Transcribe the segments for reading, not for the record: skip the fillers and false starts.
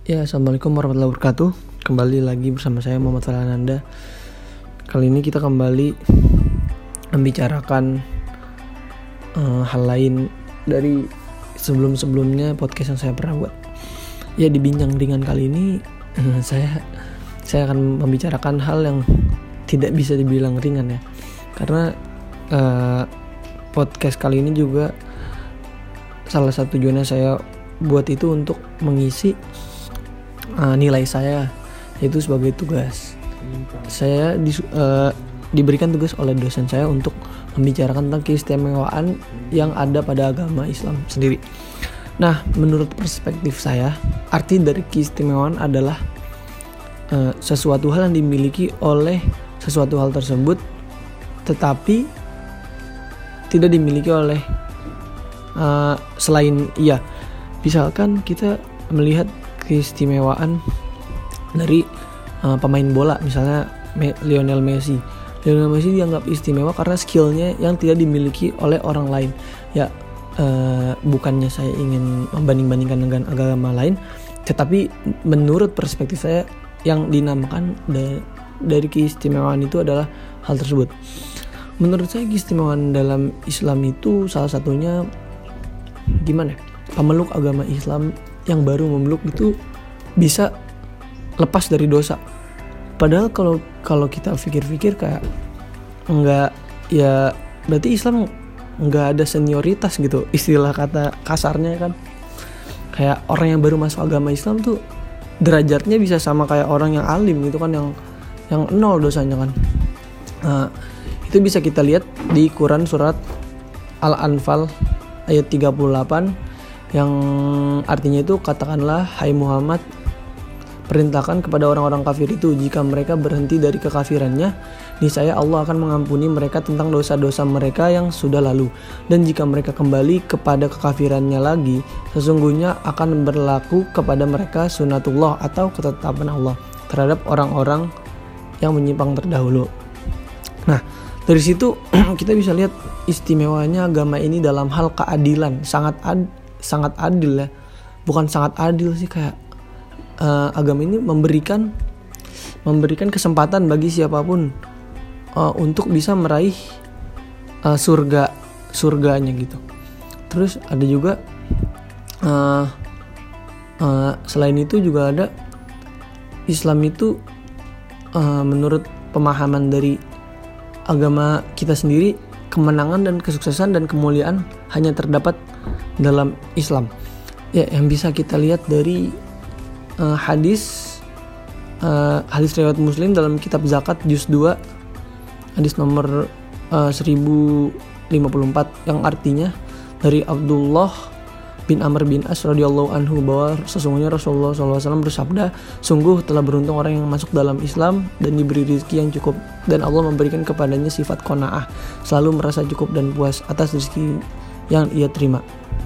Ya, assalamualaikum warahmatullahi wabarakatuh. Kembali lagi bersama saya Muhammad Falananda. Kali ini kita kembali membicarakan hal lain dari sebelum-sebelumnya podcast yang saya pernah buat. Ya, di bincang ringan kali ini saya akan membicarakan hal yang tidak bisa dibilang ringan ya. Karena podcast kali ini juga salah satu tujuannya saya buat itu untuk mengisi nilai saya, yaitu sebagai tugas. Saya diberikan tugas oleh dosen saya untuk membicarakan tentang keistimewaan yang ada pada agama Islam sendiri. Nah, menurut perspektif saya, arti dari keistimewaan adalah sesuatu hal yang dimiliki oleh sesuatu hal tersebut, tetapi tidak dimiliki oleh selain ia. Misalkan kita melihat keistimewaan dari pemain bola, misalnya Lionel Messi. Lionel Messi dianggap istimewa karena skillnya yang tidak dimiliki oleh orang lain. Ya, bukannya saya ingin membanding-bandingkan dengan agama lain, tetapi menurut perspektif saya yang dinamakan dari keistimewaan itu adalah hal tersebut. Menurut saya keistimewaan dalam Islam itu salah satunya gimana? Pemeluk agama Islam yang baru memeluk itu bisa lepas dari dosa. Padahal kalau kita pikir-pikir kayak enggak, ya berarti Islam enggak ada senioritas gitu, istilah kata kasarnya kan. Kayak orang yang baru masuk agama Islam tuh derajatnya bisa sama kayak orang yang alim gitu kan, yang nol dosanya kan. Itu bisa kita lihat di Quran surat Al-Anfal ayat 38 yang artinya itu, katakanlah hai Muhammad, perintahkan kepada orang-orang kafir itu, jika mereka berhenti dari kekafirannya, niscaya Allah akan mengampuni mereka tentang dosa-dosa mereka yang sudah lalu, dan jika mereka kembali kepada kekafirannya lagi, sesungguhnya akan berlaku kepada mereka sunatullah atau ketetapan Allah terhadap orang-orang yang menyimpang terdahulu. Nah, dari situ kita bisa lihat istimewanya agama ini dalam hal keadilan, sangat adil ya. Bukan sangat adil sih, kayak agama ini memberikan kesempatan bagi siapapun untuk bisa meraih surganya gitu. Terus ada juga selain itu juga ada Islam itu menurut pemahaman dari agama kita sendiri, kemenangan dan kesuksesan dan kemuliaan hanya terdapat dalam Islam. Ya, yang bisa kita lihat dari hadis riwayat Muslim dalam kitab Zakat juz 2 hadis nomor 1054 yang artinya dari Abdullah bin Amr bin As radhiyallahu anhu bahwa sesungguhnya Rasulullah SAW bersabda, sungguh telah beruntung orang yang masuk dalam Islam dan diberi rezeki yang cukup, dan Allah memberikan kepadanya sifat qanaah, selalu merasa cukup dan puas atas rezeki yang ia terima.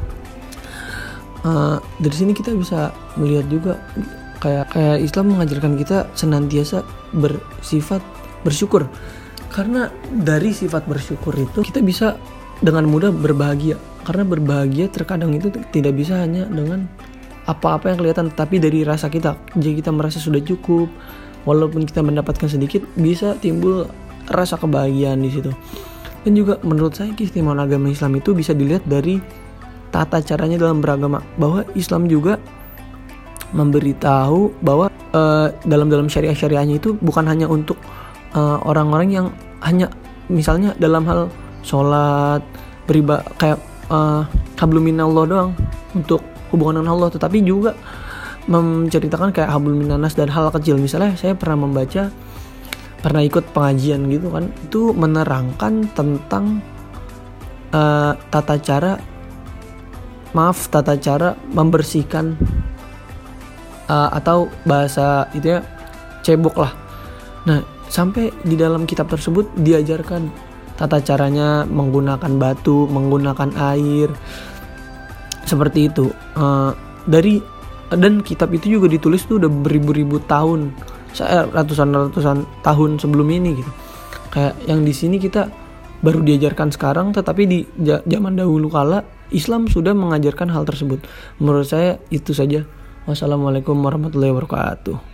Dari sini kita bisa melihat juga kayak Islam mengajarkan kita senantiasa bersifat bersyukur, karena dari sifat bersyukur itu kita bisa dengan mudah berbahagia. Karena berbahagia terkadang itu tidak bisa hanya dengan apa-apa yang kelihatan, tapi dari rasa kita. Jika kita merasa sudah cukup, walaupun kita mendapatkan sedikit, bisa timbul rasa kebahagiaan di situ. Dan juga menurut saya keistimewaan agama Islam itu bisa dilihat dari tata caranya dalam beragama, bahwa Islam juga memberitahu bahwa dalam syariahnya itu bukan hanya untuk orang-orang yang hanya misalnya dalam hal sholat, beribadah kayak hablum minallah doang untuk hubungan dengan Allah, tetapi juga menceritakan kayak hablum minanas dan hal kecil. Misalnya saya pernah ikut pengajian gitu kan, itu menerangkan tentang tata cara membersihkan atau bahasa itu ya cebok lah. Nah, sampai di dalam kitab tersebut diajarkan tata caranya menggunakan batu, menggunakan air, seperti itu. Dan kitab itu juga ditulis tuh udah beribu-ribu tahun, ratusan tahun sebelum ini gitu. Kayak yang di sini kita baru diajarkan sekarang, tetapi di zaman dahulu kala Islam sudah mengajarkan hal tersebut. Menurut saya itu saja. Wassalamualaikum warahmatullahi wabarakatuh.